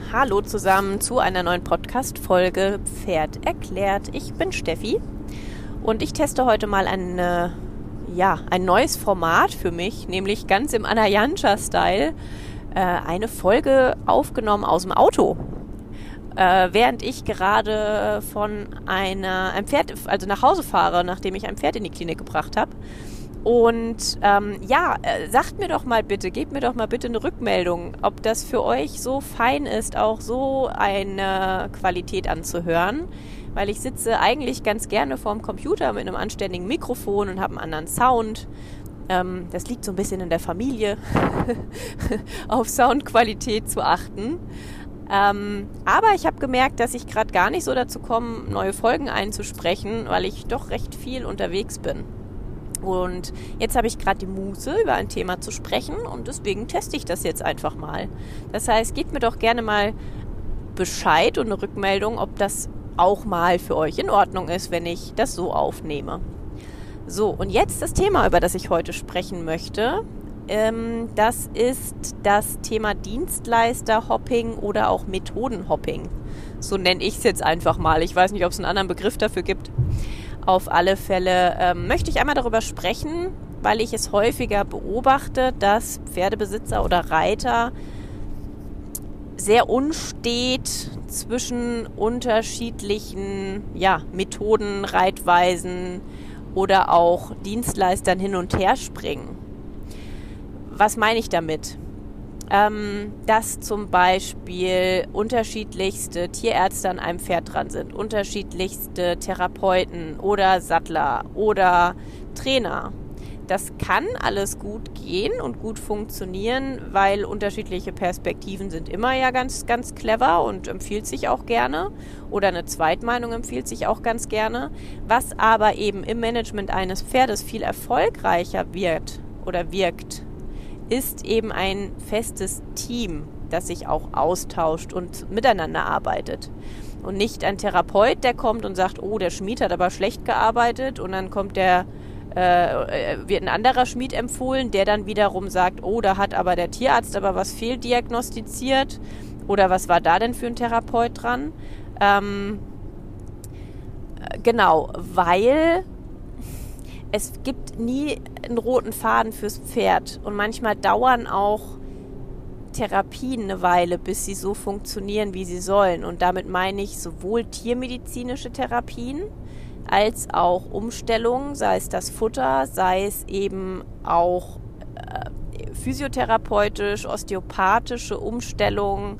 Hallo zusammen zu einer neuen Podcast-Folge Pferd erklärt. Ich bin Steffi und ich teste heute mal ein neues Format für mich, nämlich ganz im Anayancha-Style, eine Folge aufgenommen aus dem Auto. Während ich gerade von einem Pferd, also nach Hause fahre, nachdem ich ein Pferd in die Klinik gebracht habe. Und sagt mir doch mal bitte, gebt mir doch mal bitte eine Rückmeldung, ob das für euch so fein ist, auch so eine Qualität anzuhören. Weil ich sitze eigentlich ganz gerne vorm Computer mit einem anständigen Mikrofon und habe einen anderen Sound. Das liegt so ein bisschen in der Familie, auf Soundqualität zu achten. Aber ich habe gemerkt, dass ich gerade gar nicht so dazu komme, neue Folgen einzusprechen, weil ich doch recht viel unterwegs bin. Und jetzt habe ich gerade die Muße, über ein Thema zu sprechen und deswegen teste ich das jetzt einfach mal. Das heißt, gebt mir doch gerne mal Bescheid und eine Rückmeldung, ob das auch mal für euch in Ordnung ist, wenn ich das so aufnehme. So, und jetzt das Thema, über das ich heute sprechen möchte. Das ist das Thema Dienstleister-Hopping oder auch Methoden-Hopping. So nenne ich es jetzt einfach mal. Ich weiß nicht, ob es einen anderen Begriff dafür gibt. Auf alle Fälle möchte ich einmal darüber sprechen, weil ich es häufiger beobachte, dass Pferdebesitzer oder Reiter sehr unstet zwischen unterschiedlichen Methoden, Reitweisen oder auch Dienstleistern hin und her springen. Was meine ich damit? Dass zum Beispiel unterschiedlichste Tierärzte an einem Pferd dran sind, unterschiedlichste Therapeuten oder Sattler oder Trainer. Das kann alles gut gehen und gut funktionieren, weil unterschiedliche Perspektiven sind immer ja ganz, ganz clever und empfiehlt sich auch gerne. Oder eine Zweitmeinung empfiehlt sich auch ganz gerne. Was aber eben im Management eines Pferdes viel erfolgreicher wirkt, ist eben ein festes Team, das sich auch austauscht und miteinander arbeitet. Und nicht ein Therapeut, der kommt und sagt, oh, der Schmied hat aber schlecht gearbeitet und dann kommt wird ein anderer Schmied empfohlen, der dann wiederum sagt, oh, da hat aber der Tierarzt aber was fehldiagnostiziert oder was war da denn für ein Therapeut dran? Genau, weil es gibt nie einen roten Faden fürs Pferd und manchmal dauern auch Therapien eine Weile, bis sie so funktionieren, wie sie sollen. Und damit meine ich sowohl tiermedizinische Therapien als auch Umstellungen, sei es das Futter, sei es eben auch physiotherapeutisch, osteopathische Umstellungen,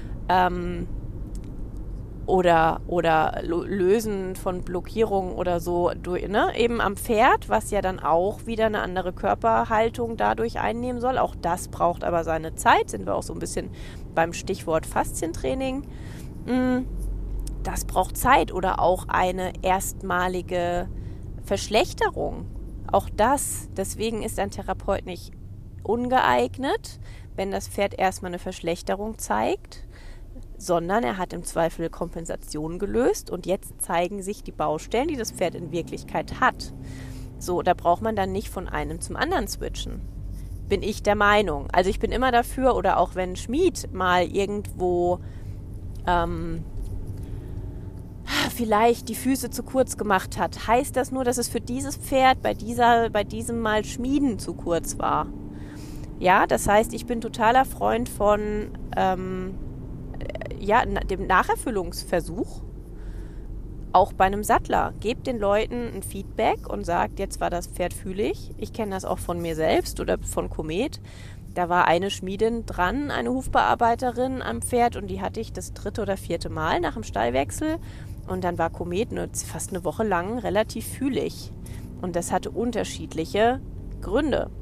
oder Lösen von Blockierungen oder so, eben am Pferd, was ja dann auch wieder eine andere Körperhaltung dadurch einnehmen soll. Auch das braucht aber seine Zeit, sind wir auch so ein bisschen beim Stichwort Faszientraining. Das braucht Zeit oder auch eine erstmalige Verschlechterung. Auch das, deswegen ist ein Therapeut nicht ungeeignet, wenn das Pferd erstmal eine Verschlechterung zeigt, sondern er hat im Zweifel Kompensation gelöst und jetzt zeigen sich die Baustellen, die das Pferd in Wirklichkeit hat. So, da braucht man dann nicht von einem zum anderen switchen. Bin ich der Meinung. Also ich bin immer dafür, oder auch wenn ein Schmied mal irgendwo vielleicht die Füße zu kurz gemacht hat, heißt das nur, dass es für dieses Pferd bei diesem Mal Schmieden zu kurz war. Ja, das heißt, ich bin totaler Freund von dem Nacherfüllungsversuch, auch bei einem Sattler. Gebt den Leuten ein Feedback und sagt, jetzt war das Pferd fühlig. Ich kenne das auch von mir selbst oder von Komet. Da war eine Schmiedin dran, eine Hufbearbeiterin am Pferd und die hatte ich das 3. oder 4. Mal nach dem Stallwechsel und dann war Komet fast eine Woche lang relativ fühlig und das hatte unterschiedliche Gründe.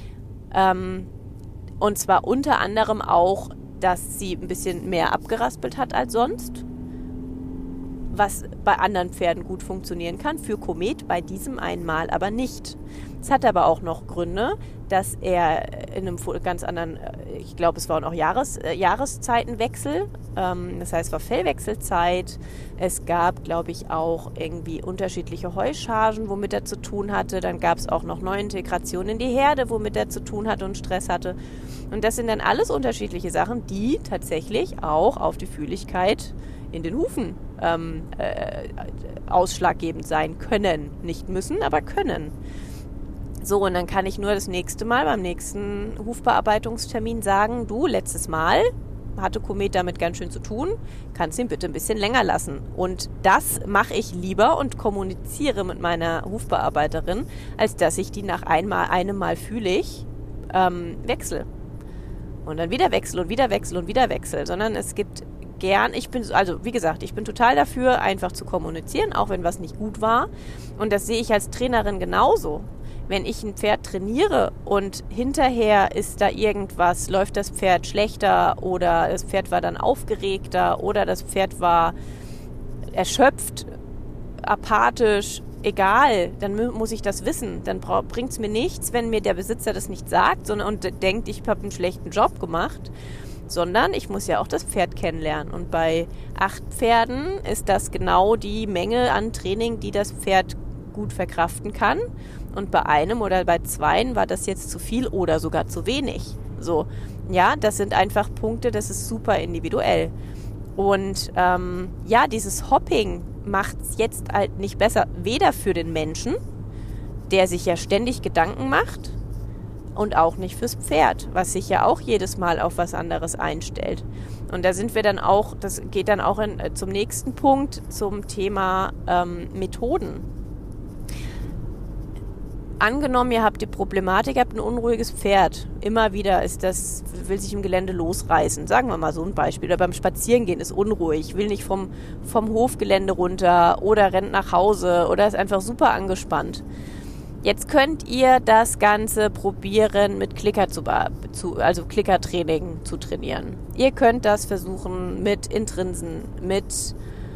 Und zwar unter anderem auch, dass sie ein bisschen mehr abgeraspelt hat als sonst. was bei anderen Pferden gut funktionieren kann, für Komet bei diesem einmal aber nicht. Es hat aber auch noch Gründe, dass er in einem ganz anderen, ich glaube, es war auch Jahreszeitenwechsel, das heißt, es war Fellwechselzeit. Es gab, glaube ich, auch irgendwie unterschiedliche Heuchargen, womit er zu tun hatte. Dann gab es auch noch Neuintegration in die Herde, womit er zu tun hatte und Stress hatte. Und das sind dann alles unterschiedliche Sachen, die tatsächlich auch auf die Fühligkeit in den Hufen ausschlaggebend sein können. Nicht müssen, aber können. So, und dann kann ich nur das nächste Mal beim nächsten Hufbearbeitungstermin sagen, du, letztes Mal hatte Komet damit ganz schön zu tun, kannst ihn bitte ein bisschen länger lassen. Und das mache ich lieber und kommuniziere mit meiner Hufbearbeiterin, als dass ich die nach einem Mal fühlig wechsle. Und dann wieder wechsle und wieder wechsle und wieder wechsle, sondern es gibt wie gesagt, ich bin total dafür, einfach zu kommunizieren, auch wenn was nicht gut war. Und das sehe ich als Trainerin genauso. Wenn ich ein Pferd trainiere und hinterher ist da irgendwas, läuft das Pferd schlechter oder das Pferd war dann aufgeregter oder das Pferd war erschöpft, apathisch, egal, dann muss ich das wissen. Dann bringt es mir nichts, wenn mir der Besitzer das nicht sagt und denkt, ich habe einen schlechten Job gemacht. Sondern ich muss ja auch das Pferd kennenlernen. Und bei 8 Pferden ist das genau die Menge an Training, die das Pferd gut verkraften kann. Und bei einem oder bei 2 war das jetzt zu viel oder sogar zu wenig. So, ja, das sind einfach Punkte, das ist super individuell. Und dieses Hopping macht es jetzt halt nicht besser, weder für den Menschen, der sich ja ständig Gedanken macht, und auch nicht fürs Pferd, was sich ja auch jedes Mal auf was anderes einstellt. Und da sind wir dann auch, das geht dann auch zum nächsten Punkt, zum Thema Methoden. Angenommen, ihr habt die Problematik, ihr habt ein unruhiges Pferd. Immer wieder will sich im Gelände losreißen. Sagen wir mal so ein Beispiel. Oder beim Spazierengehen ist unruhig, will nicht vom Hofgelände runter oder rennt nach Hause oder ist einfach super angespannt. Jetzt könnt ihr das Ganze probieren, mit Klickertraining zu trainieren. Ihr könnt das versuchen mit Intrinsen, mit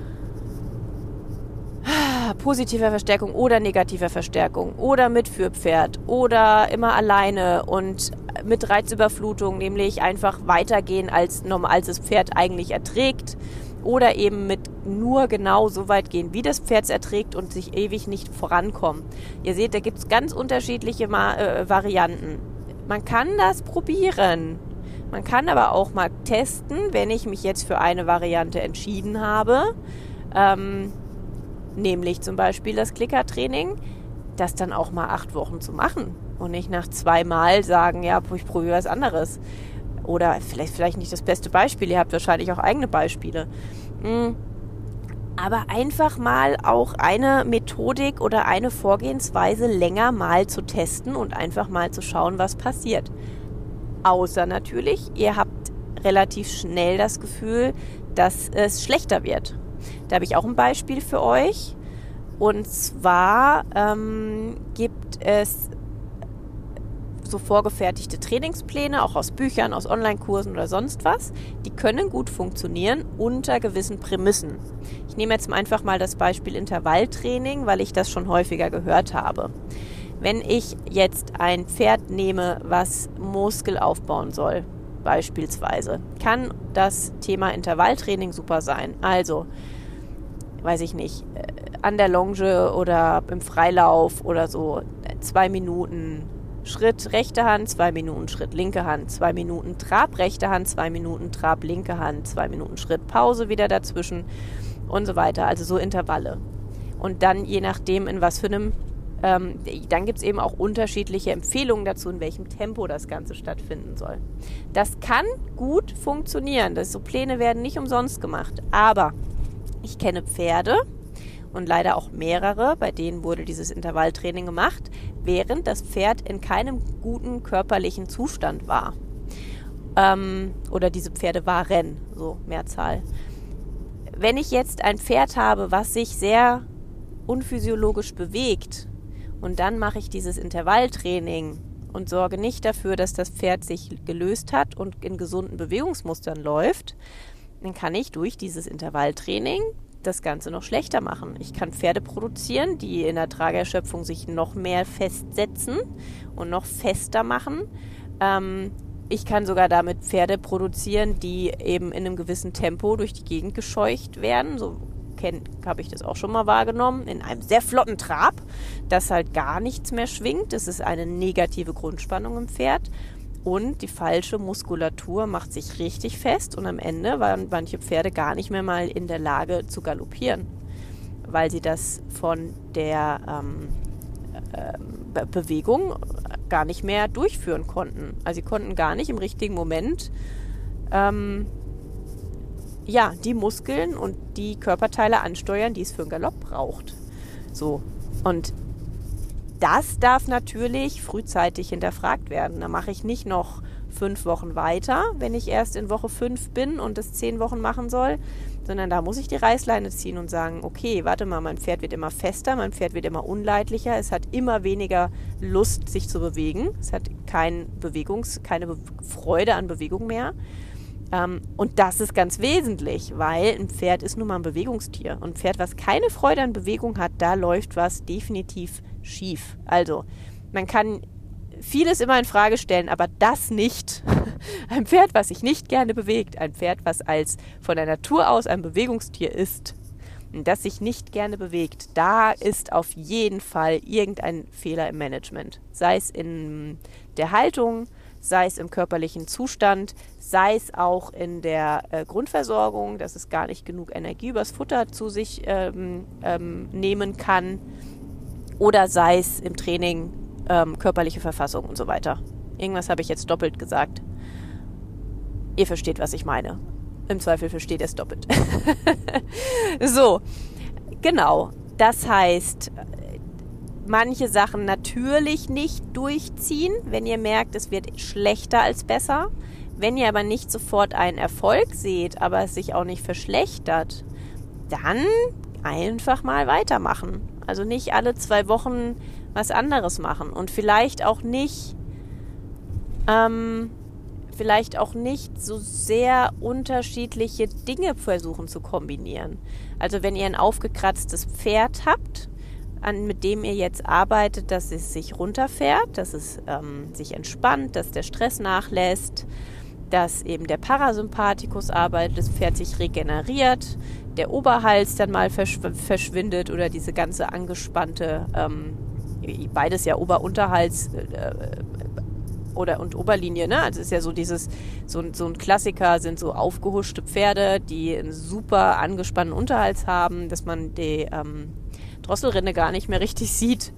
positiver Verstärkung oder negativer Verstärkung oder mit Führpferd oder immer alleine und mit Reizüberflutung, nämlich einfach weitergehen, als das Pferd eigentlich erträgt. Oder eben mit nur genau so weit gehen, wie das Pferd es erträgt und sich ewig nicht vorankommen. Ihr seht, da gibt es ganz unterschiedliche Varianten. Man kann das probieren. Man kann aber auch mal testen, wenn ich mich jetzt für eine Variante entschieden habe, nämlich zum Beispiel das Klickertraining, das dann auch mal 8 Wochen zu machen und nicht nach 2 Mal sagen, ja, ich probiere was anderes. Oder vielleicht nicht das beste Beispiel, ihr habt wahrscheinlich auch eigene Beispiele. Aber einfach mal auch eine Methodik oder eine Vorgehensweise länger mal zu testen und einfach mal zu schauen, was passiert. Außer natürlich, ihr habt relativ schnell das Gefühl, dass es schlechter wird. Da habe ich auch ein Beispiel für euch. Und zwar gibt es so vorgefertigte Trainingspläne, auch aus Büchern, aus Online-Kursen oder sonst was. Die können gut funktionieren unter gewissen Prämissen. Ich nehme jetzt einfach mal das Beispiel Intervalltraining, weil ich das schon häufiger gehört habe. Wenn ich jetzt ein Pferd nehme, was Muskel aufbauen soll, beispielsweise, kann das Thema Intervalltraining super sein. Also, weiß ich nicht, an der Longe oder im Freilauf oder so 2 Minuten Schritt rechte Hand, 2 Minuten Schritt linke Hand, 2 Minuten Trab rechte Hand, 2 Minuten Trab linke Hand, 2 Minuten Schritt Pause wieder dazwischen und so weiter. Also so Intervalle. Und dann je nachdem in was für einem, dann gibt es eben auch unterschiedliche Empfehlungen dazu, in welchem Tempo das Ganze stattfinden soll. Das kann gut funktionieren. So Pläne werden nicht umsonst gemacht. Aber ich kenne Pferde, und leider auch mehrere, bei denen wurde dieses Intervalltraining gemacht, während das Pferd in keinem guten körperlichen Zustand war. Oder diese Pferde waren, so Mehrzahl. Wenn ich jetzt ein Pferd habe, was sich sehr unphysiologisch bewegt und dann mache ich dieses Intervalltraining und sorge nicht dafür, dass das Pferd sich gelöst hat und in gesunden Bewegungsmustern läuft, dann kann ich durch dieses Intervalltraining das Ganze noch schlechter machen. Ich kann Pferde produzieren, die in der Tragerschöpfung sich noch mehr festsetzen und noch fester machen. Ich kann sogar damit Pferde produzieren, die eben in einem gewissen Tempo durch die Gegend gescheucht werden. So habe ich das auch schon mal wahrgenommen, in einem sehr flotten Trab, dass halt gar nichts mehr schwingt. Das ist eine negative Grundspannung im Pferd. Und die falsche Muskulatur macht sich richtig fest. Und am Ende waren manche Pferde gar nicht mehr mal in der Lage zu galoppieren, weil sie das von der Bewegung gar nicht mehr durchführen konnten. Also sie konnten gar nicht im richtigen Moment die Muskeln und die Körperteile ansteuern, die es für einen Galopp braucht. So. Und das darf natürlich frühzeitig hinterfragt werden. Da mache ich nicht noch 5 Wochen weiter, wenn ich erst in Woche 5 bin und das 10 Wochen machen soll, sondern da muss ich die Reißleine ziehen und sagen, okay, warte mal, mein Pferd wird immer fester, mein Pferd wird immer unleidlicher, es hat immer weniger Lust, sich zu bewegen, es hat keine Freude an Bewegung mehr. Und das ist ganz wesentlich, weil ein Pferd ist nun mal ein Bewegungstier. Und ein Pferd, was keine Freude an Bewegung hat, da läuft was definitiv schief. Also, man kann vieles immer in Frage stellen, aber das nicht. Ein Pferd, was sich nicht gerne bewegt, ein Pferd, was als von der Natur aus ein Bewegungstier ist und das sich nicht gerne bewegt, da ist auf jeden Fall irgendein Fehler im Management. Sei es in der Haltung, sei es im körperlichen Zustand, sei es auch in der Grundversorgung, dass es gar nicht genug Energie übers Futter zu sich nehmen kann, oder sei es im Training, körperliche Verfassung und so weiter. Irgendwas habe ich jetzt doppelt gesagt. Ihr versteht, was ich meine. Im Zweifel versteht ihr es doppelt. So, genau. Das heißt, manche Sachen natürlich nicht durchziehen, wenn ihr merkt, es wird schlechter als besser. Wenn ihr aber nicht sofort einen Erfolg seht, aber es sich auch nicht verschlechtert, dann einfach mal weitermachen. Also nicht alle 2 Wochen was anderes machen und vielleicht auch nicht so sehr unterschiedliche Dinge versuchen zu kombinieren. Also wenn ihr ein aufgekratztes Pferd habt, mit dem ihr jetzt arbeitet, dass es sich runterfährt, dass es sich entspannt, dass der Stress nachlässt, dass eben der Parasympathikus arbeitet, das Pferd sich regeneriert, der Oberhals dann mal verschwindet oder diese ganze angespannte, beides ja Ober-Unterhals und Oberlinie, ne? Also es ist ja so so ein Klassiker sind so aufgehuschte Pferde, die einen super angespannten Unterhals haben, dass man die Drosselrinne gar nicht mehr richtig sieht,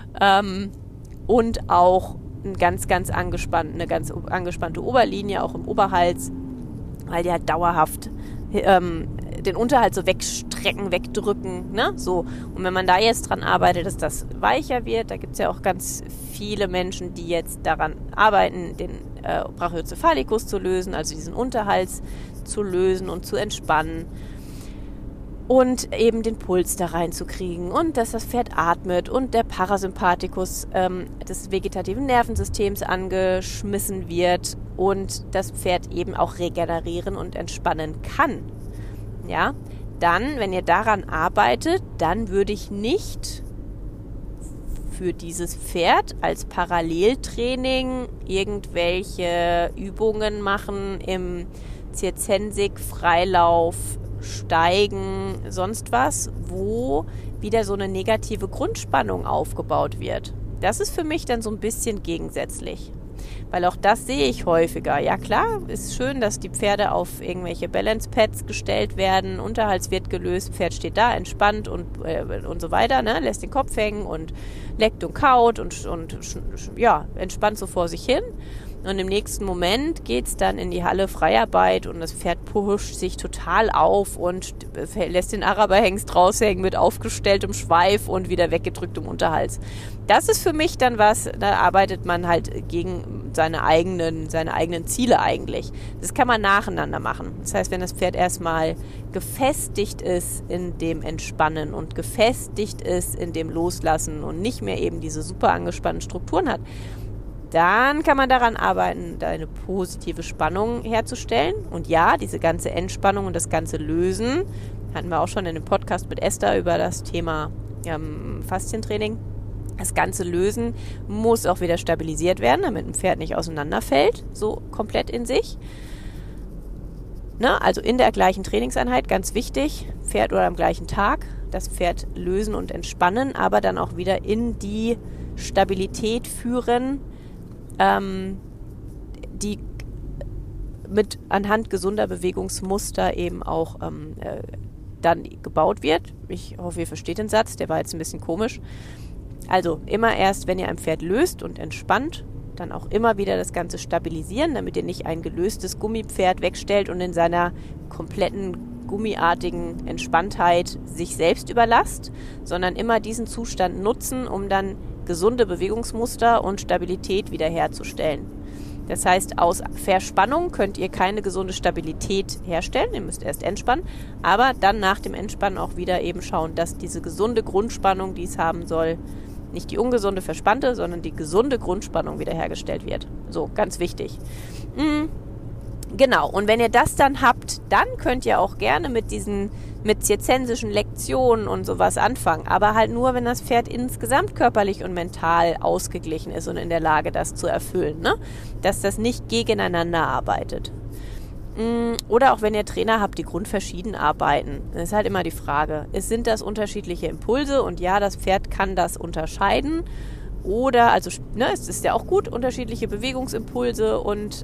und auch eine ganz angespannte Oberlinie, auch im Oberhals, weil die halt dauerhaft den Unterhalt so wegdrücken, ne? So. Und wenn man da jetzt dran arbeitet, dass das weicher wird, da gibt es ja auch ganz viele Menschen, die jetzt daran arbeiten, den Brachiocephalicus zu lösen, also diesen Unterhals zu lösen und zu entspannen und eben den Puls da reinzukriegen und dass das Pferd atmet und der Parasympathikus des vegetativen Nervensystems angeschmissen wird und das Pferd eben auch regenerieren und entspannen kann. Ja, dann, wenn ihr daran arbeitet, dann würde ich nicht für dieses Pferd als Paralleltraining irgendwelche Übungen machen im Zirzensik, Freilauf, Steigen, sonst was, wo wieder so eine negative Grundspannung aufgebaut wird. Das ist für mich dann so ein bisschen gegensätzlich. Weil auch das sehe ich häufiger. Ja klar, ist schön, dass die Pferde auf irgendwelche Balance-Pads gestellt werden, Unterhals wird gelöst, Pferd steht da, entspannt und so weiter, ne? Lässt den Kopf hängen und leckt und kaut und entspannt so vor sich hin. Und im nächsten Moment geht's dann in die Halle Freiarbeit und das Pferd pusht sich total auf und lässt den Araberhengst raushängen mit aufgestelltem Schweif und wieder weggedrücktem Unterhals. Das ist für mich dann was, da arbeitet man halt gegen seine eigenen Ziele eigentlich. Das kann man nacheinander machen. Das heißt, wenn das Pferd erstmal gefestigt ist in dem Entspannen und gefestigt ist in dem Loslassen und nicht mehr eben diese super angespannten Strukturen hat, dann kann man daran arbeiten, da eine positive Spannung herzustellen. Und ja, diese ganze Entspannung und das ganze Lösen Hatten wir auch schon in dem Podcast mit Esther über das Thema Faszientraining. Das ganze Lösen muss auch wieder stabilisiert werden, damit ein Pferd nicht auseinanderfällt, so komplett in sich. Also in der gleichen Trainingseinheit, ganz wichtig, Pferd oder am gleichen Tag, das Pferd lösen und entspannen, aber dann auch wieder in die Stabilität führen, die mit anhand gesunder Bewegungsmuster eben auch dann gebaut wird. Ich hoffe, ihr versteht den Satz, der war jetzt ein bisschen komisch. Also immer erst, wenn ihr ein Pferd löst und entspannt, dann auch immer wieder das Ganze stabilisieren, damit ihr nicht ein gelöstes Gummipferd wegstellt und in seiner kompletten gummiartigen Entspanntheit sich selbst überlasst, sondern immer diesen Zustand nutzen, um dann gesunde Bewegungsmuster und Stabilität wiederherzustellen. Das heißt, aus Verspannung könnt ihr keine gesunde Stabilität herstellen, ihr müsst erst entspannen, aber dann nach dem Entspannen auch wieder eben schauen, dass diese gesunde Grundspannung, die es haben soll, nicht die ungesunde, verspannte, sondern die gesunde Grundspannung wiederhergestellt wird. So, ganz wichtig. Genau, und wenn ihr das dann habt, dann könnt ihr auch gerne mit zirzensischen Lektionen und sowas anfangen. Aber halt nur, wenn das Pferd insgesamt körperlich und mental ausgeglichen ist und in der Lage, das zu erfüllen. Ne? Dass das nicht gegeneinander arbeitet. Oder auch wenn ihr Trainer habt, die grundverschieden arbeiten. Das ist halt immer die Frage. Sind das unterschiedliche Impulse? Und ja, das Pferd kann das unterscheiden. Oder, also es ist ja auch gut, unterschiedliche Bewegungsimpulse und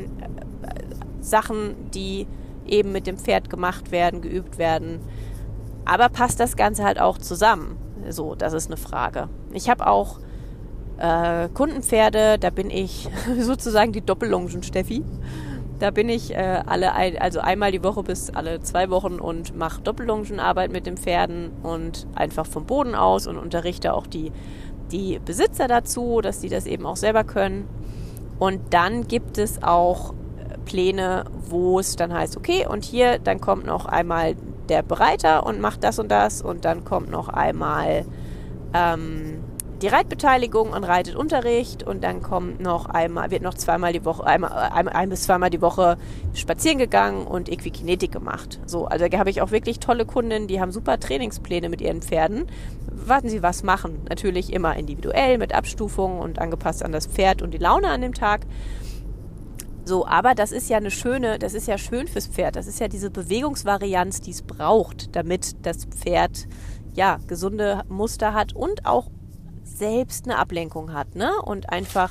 Sachen, die eben mit dem Pferd gemacht werden, geübt werden. Aber passt das Ganze halt auch zusammen? So, das ist eine Frage. Ich habe auch Kundenpferde, da bin ich sozusagen die Doppellongen-Steffi. Da bin ich einmal die Woche bis alle 2 Wochen und mache Doppellongenarbeit mit den Pferden und einfach vom Boden aus und unterrichte auch die Besitzer dazu, dass die das eben auch selber können. Und dann gibt es auch Pläne, wo es dann heißt, okay, und hier, dann kommt noch einmal der Bereiter und macht das und dann kommt noch einmal die Reitbeteiligung und Reitunterricht und dann wird noch zweimal die Woche, ein bis zweimal die Woche spazieren gegangen und Equikinetik gemacht. So, also da habe ich auch wirklich tolle Kundinnen, die haben super Trainingspläne mit ihren Pferden. Warten Sie, was machen? Natürlich immer individuell mit Abstufungen und angepasst an das Pferd und die Laune an dem Tag. So, aber das ist ja schön fürs Pferd. Das ist ja diese Bewegungsvarianz, die es braucht, damit das Pferd ja gesunde Muster hat und auch selbst eine Ablenkung hat, ne? Und einfach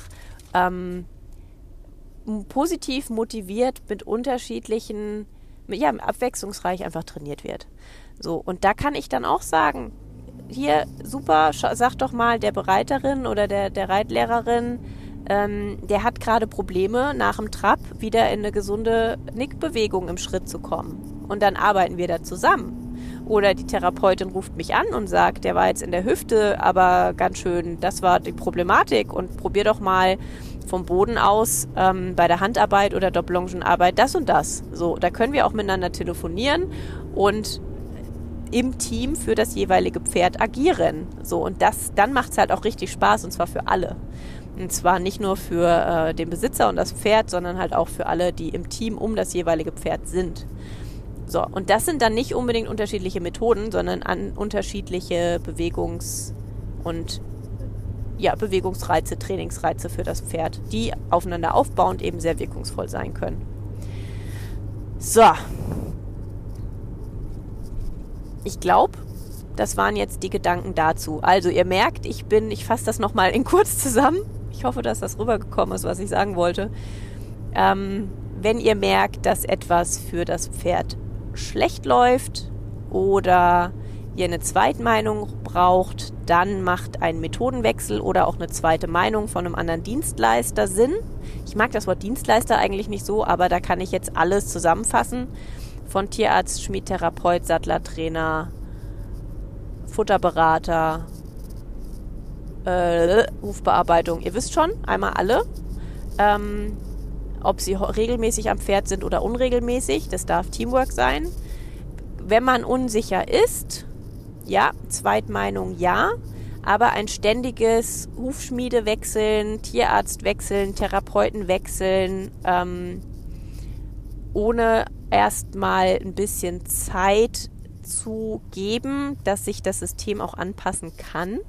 positiv motiviert mit unterschiedlichen, abwechslungsreich einfach trainiert wird. So, und da kann ich dann auch sagen, hier, super, sag doch mal der Bereiterin oder der Reitlehrerin, der hat gerade Probleme, nach dem Trab wieder in eine gesunde Nickbewegung im Schritt zu kommen. Und dann arbeiten wir da zusammen. Oder die Therapeutin ruft mich an und sagt, der war jetzt in der Hüfte, aber ganz schön, das war die Problematik und probier doch mal vom Boden aus bei der Handarbeit oder Doppellongenarbeit das und das. So, da können wir auch miteinander telefonieren und im Team für das jeweilige Pferd agieren. So, und dann macht es halt auch richtig Spaß und zwar für alle. Und zwar nicht nur für den Besitzer und das Pferd, sondern halt auch für alle, die im Team um das jeweilige Pferd sind. So, und das sind dann nicht unbedingt unterschiedliche Methoden, sondern unterschiedliche Bewegungsreize, Trainingsreize für das Pferd, die aufeinander aufbauend eben sehr wirkungsvoll sein können. So. Ich glaube, das waren jetzt die Gedanken dazu. Also ihr merkt, ich fasse das nochmal in kurz zusammen. Ich hoffe, dass das rübergekommen ist, was ich sagen wollte. Wenn ihr merkt, dass etwas für das Pferd schlecht läuft oder ihr eine Zweitmeinung braucht, dann macht ein Methodenwechsel oder auch eine zweite Meinung von einem anderen Dienstleister Sinn. Ich mag das Wort Dienstleister eigentlich nicht so, aber da kann ich jetzt alles zusammenfassen. Von Tierarzt, Schmiedtherapeut, Sattlertrainer, Futterberater, Hufbearbeitung. Ihr wisst schon, einmal alle. Ob sie regelmäßig am Pferd sind oder unregelmäßig, das darf Teamwork sein. Wenn man unsicher ist, ja, Zweitmeinung ja, aber ein ständiges Hufschmiede wechseln, Tierarzt wechseln, Therapeuten wechseln, ohne erstmal ein bisschen Zeit zu geben, dass sich das System auch anpassen kann.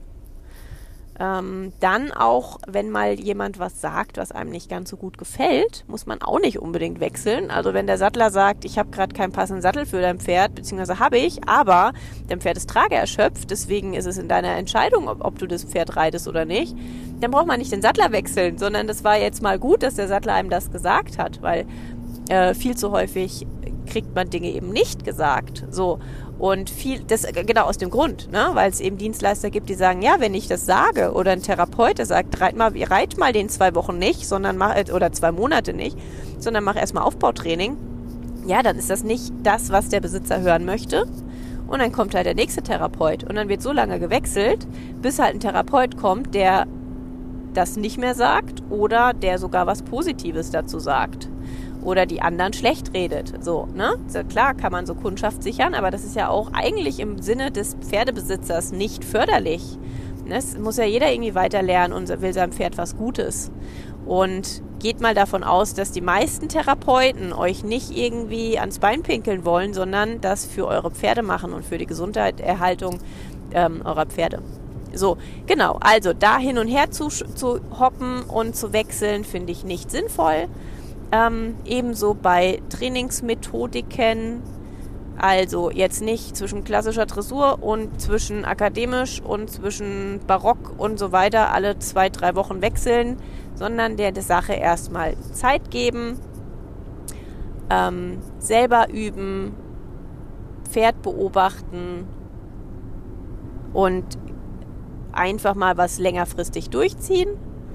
Dann auch, wenn mal jemand was sagt, was einem nicht ganz so gut gefällt, muss man auch nicht unbedingt wechseln. Also wenn der Sattler sagt, ich habe gerade keinen passenden Sattel für dein Pferd, beziehungsweise habe ich, aber dein Pferd ist trageerschöpft, deswegen ist es in deiner Entscheidung, ob du das Pferd reitest oder nicht, dann braucht man nicht den Sattler wechseln, sondern das war jetzt mal gut, dass der Sattler einem das gesagt hat, weil viel zu häufig kriegt man Dinge eben nicht gesagt. So. Und das genau aus dem Grund, ne? Weil es eben Dienstleister gibt, die sagen, ja, wenn ich das sage, oder ein Therapeut, der sagt, reit mal den 2 Wochen nicht, oder 2 Monate nicht, sondern mach erstmal Aufbautraining, ja, dann ist das nicht das, was der Besitzer hören möchte. Und dann kommt halt der nächste Therapeut. Und dann wird so lange gewechselt, bis halt ein Therapeut kommt, der das nicht mehr sagt oder der sogar was Positives dazu sagt. Oder die anderen schlecht redet. So, ne? So, klar kann man so Kundschaft sichern, aber das ist ja auch eigentlich im Sinne des Pferdebesitzers nicht förderlich. Es muss ja jeder irgendwie weiter lernen und will seinem Pferd was Gutes. Und geht mal davon aus, dass die meisten Therapeuten euch nicht irgendwie ans Bein pinkeln wollen, sondern das für eure Pferde machen und für die Gesundheitserhaltung eurer Pferde. So, genau. Also da hin und her zu hoppen und zu wechseln, finde ich nicht sinnvoll. Ebenso bei Trainingsmethodiken, also jetzt nicht zwischen klassischer Dressur und zwischen akademisch und zwischen Barock und so weiter alle 2-3 Wochen wechseln, sondern der Sache erstmal Zeit geben, selber üben, Pferd beobachten und einfach mal was längerfristig durchziehen.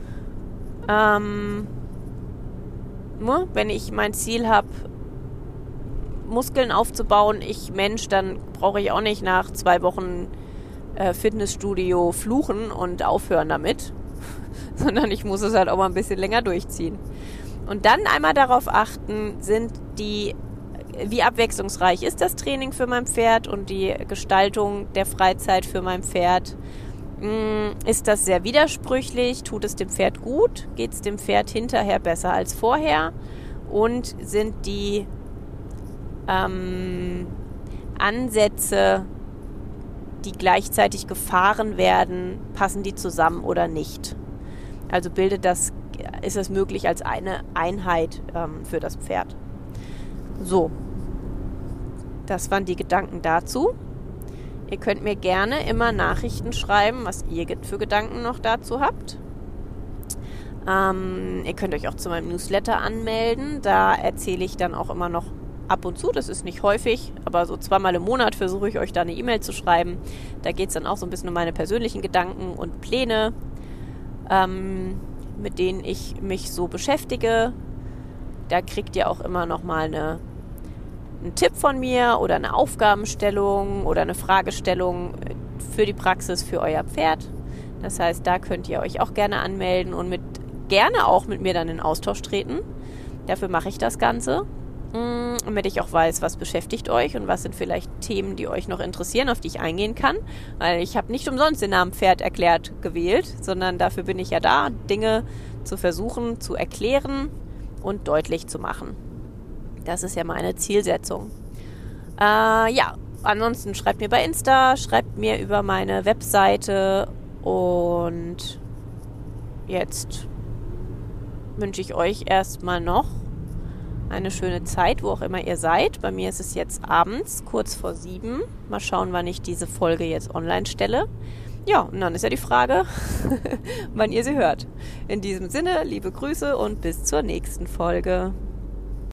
Wenn ich mein Ziel habe, Muskeln aufzubauen, dann brauche ich auch nicht nach 2 Wochen Fitnessstudio fluchen und aufhören damit, sondern ich muss es halt auch mal ein bisschen länger durchziehen. Und dann einmal darauf achten, wie abwechslungsreich ist das Training für mein Pferd und die Gestaltung der Freizeit für mein Pferd. Ist das sehr widersprüchlich? Tut es dem Pferd gut? Geht es dem Pferd hinterher besser als vorher? Und sind die Ansätze, die gleichzeitig gefahren werden, passen die zusammen oder nicht? Also ist es möglich als eine Einheit für das Pferd? So, das waren die Gedanken dazu. Ihr könnt mir gerne immer Nachrichten schreiben, was ihr für Gedanken noch dazu habt. Ihr könnt euch auch zu meinem Newsletter anmelden. Da erzähle ich dann auch immer noch ab und zu, das ist nicht häufig, aber so 2-mal im Monat versuche ich euch da eine E-Mail zu schreiben. Da geht es dann auch so ein bisschen um meine persönlichen Gedanken und Pläne, mit denen ich mich so beschäftige. Da kriegt ihr auch immer noch mal einen Tipp von mir oder eine Aufgabenstellung oder eine Fragestellung für die Praxis für euer Pferd. Das heißt, da könnt ihr euch auch gerne anmelden und gerne auch mit mir dann in Austausch treten. Dafür mache ich das Ganze, damit ich auch weiß, was beschäftigt euch und was sind vielleicht Themen, die euch noch interessieren, auf die ich eingehen kann. Weil ich habe nicht umsonst den Namen Pferd erklärt gewählt, sondern dafür bin ich ja da, Dinge zu versuchen, zu erklären und deutlich zu machen. Das ist ja meine Zielsetzung. Ansonsten schreibt mir bei Insta, schreibt mir über meine Webseite und jetzt wünsche ich euch erstmal noch eine schöne Zeit, wo auch immer ihr seid. Bei mir ist es jetzt abends, kurz vor 7. Mal schauen, wann ich diese Folge jetzt online stelle. Ja, und dann ist ja die Frage, wann ihr sie hört. In diesem Sinne, liebe Grüße und bis zur nächsten Folge.